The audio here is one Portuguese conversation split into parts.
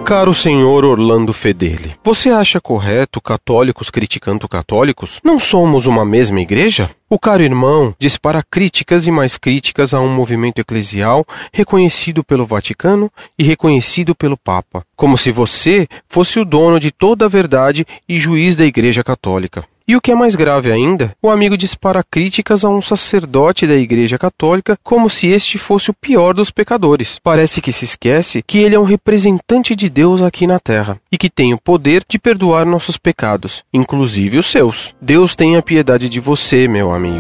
Caro senhor Orlando Fedeli, você acha correto católicos criticando católicos? Não somos uma mesma igreja? O caro irmão dispara críticas e mais críticas a um movimento eclesial reconhecido pelo Vaticano e reconhecido pelo Papa, como se você fosse o dono de toda a verdade e juiz da Igreja Católica. E o que é mais grave ainda, o amigo dispara críticas a um sacerdote da Igreja Católica como se este fosse o pior dos pecadores. Parece que se esquece que ele é um representante de Deus aqui na Terra e que tem o poder de perdoar nossos pecados, inclusive os seus. Deus tenha piedade de você, meu amigo.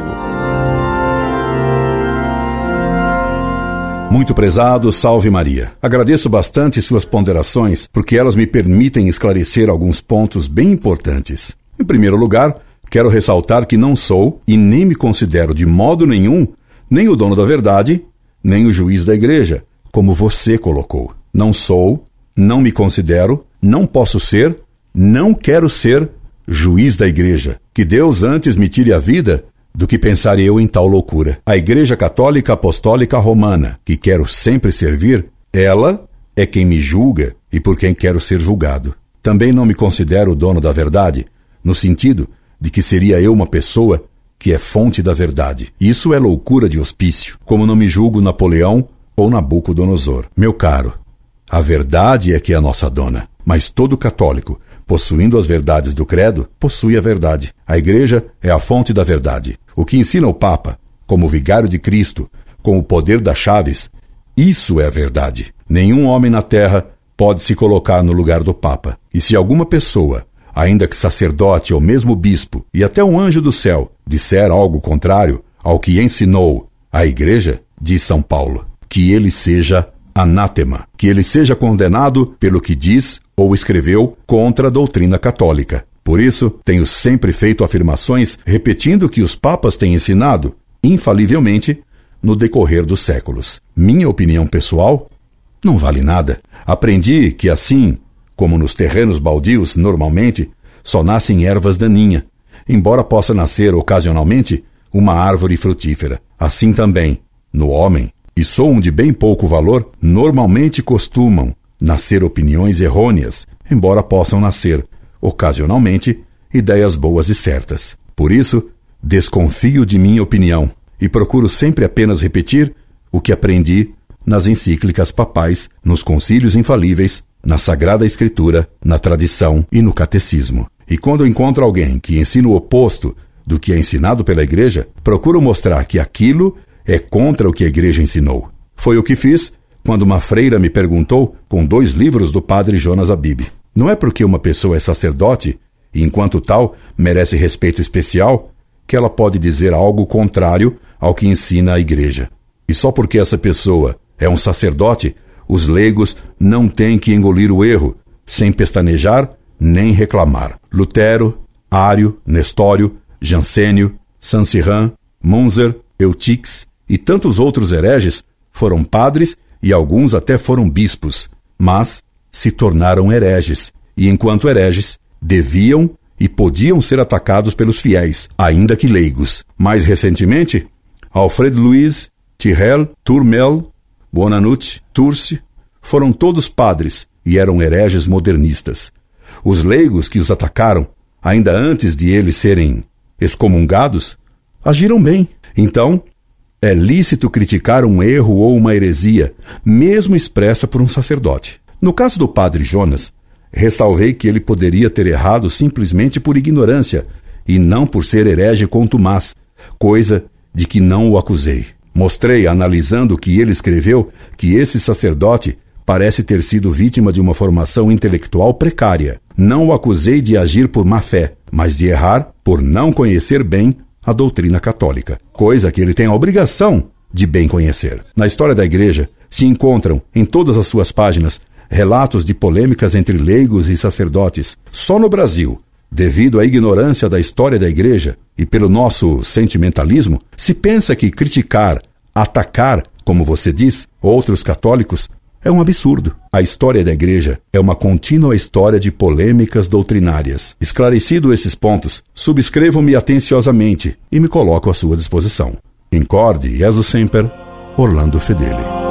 Muito prezado, salve Maria. Agradeço bastante suas ponderações, porque elas me permitem esclarecer alguns pontos bem importantes. Em primeiro lugar, quero ressaltar que não sou e nem me considero de modo nenhum nem o dono da verdade, nem o juiz da igreja, como você colocou. Não sou, não me considero, não posso ser, não quero ser juiz da igreja. Que Deus antes me tire a vida do que pensar eu em tal loucura. A Igreja Católica Apostólica Romana, que quero sempre servir, ela é quem me julga e por quem quero ser julgado. Também não me considero o dono da verdade, no sentido de que seria eu uma pessoa que é fonte da verdade. Isso é loucura de hospício, como não me julgo Napoleão ou Nabucodonosor. Meu caro, a verdade é que é a nossa dona, mas todo católico, possuindo as verdades do credo, possui a verdade. A igreja é a fonte da verdade. O que ensina o Papa, como vigário de Cristo, com o poder das chaves, isso é a verdade. Nenhum homem na terra pode se colocar no lugar do Papa. E se alguma pessoa, ainda que sacerdote ou mesmo bispo, e até um anjo do céu, disser algo contrário ao que ensinou a Igreja, diz São Paulo, que ele seja anátema, que ele seja condenado pelo que diz ou escreveu contra a doutrina católica. Por isso, tenho sempre feito afirmações repetindo o que os papas têm ensinado, infalivelmente, no decorrer dos séculos. Minha opinião pessoal não vale nada. Aprendi que assim, como nos terrenos baldios, normalmente, só nascem ervas daninhas, embora possa nascer ocasionalmente uma árvore frutífera. Assim também, no homem, e sou um de bem pouco valor, normalmente costumam nascer opiniões errôneas, embora possam nascer, ocasionalmente, ideias boas e certas. Por isso, desconfio de minha opinião e procuro sempre apenas repetir o que aprendi nas encíclicas papais, nos concílios infalíveis, na Sagrada Escritura, na tradição e no catecismo. E quando encontro alguém que ensina o oposto do que é ensinado pela Igreja, procuro mostrar que aquilo é contra o que a Igreja ensinou. Foi o que fiz quando uma freira me perguntou com 2 livros do padre Jonas Abib. Não é porque uma pessoa é sacerdote e, enquanto tal, merece respeito especial, que ela pode dizer algo contrário ao que ensina a Igreja. E só porque essa pessoa é um sacerdote, os leigos não têm que engolir o erro, sem pestanejar nem reclamar. Lutero, Ário, Nestório, Jansênio, Saint-Cyran, Munzer, Eutix e tantos outros hereges foram padres e alguns até foram bispos, mas se tornaram hereges, e enquanto hereges, deviam e podiam ser atacados pelos fiéis, ainda que leigos. Mais recentemente, Alfred Louis, Tyrrell, Tourmel, Bonanut, Turce, foram todos padres e eram hereges modernistas. Os leigos que os atacaram, ainda antes de eles serem excomungados, agiram bem. Então, é lícito criticar um erro ou uma heresia, mesmo expressa por um sacerdote. No caso do padre Jonas, ressalvei que ele poderia ter errado simplesmente por ignorância e não por ser herege contumaz, coisa de que não o acusei. Mostrei, analisando o que ele escreveu, que esse sacerdote parece ter sido vítima de uma formação intelectual precária. Não o acusei de agir por má fé, mas de errar por não conhecer bem a doutrina católica, coisa que ele tem a obrigação de bem conhecer. Na história da Igreja se encontram, em todas as suas páginas, relatos de polêmicas entre leigos e sacerdotes. Só no Brasil, devido à ignorância da história da Igreja e pelo nosso sentimentalismo, se pensa que criticar, atacar, como você diz, outros católicos é um absurdo. A história da Igreja é uma contínua história de polêmicas doutrinárias. Esclarecido esses pontos, subscrevo-me atenciosamente e me coloco à sua disposição. Incorde Jesus Semper, Orlando Fedeli.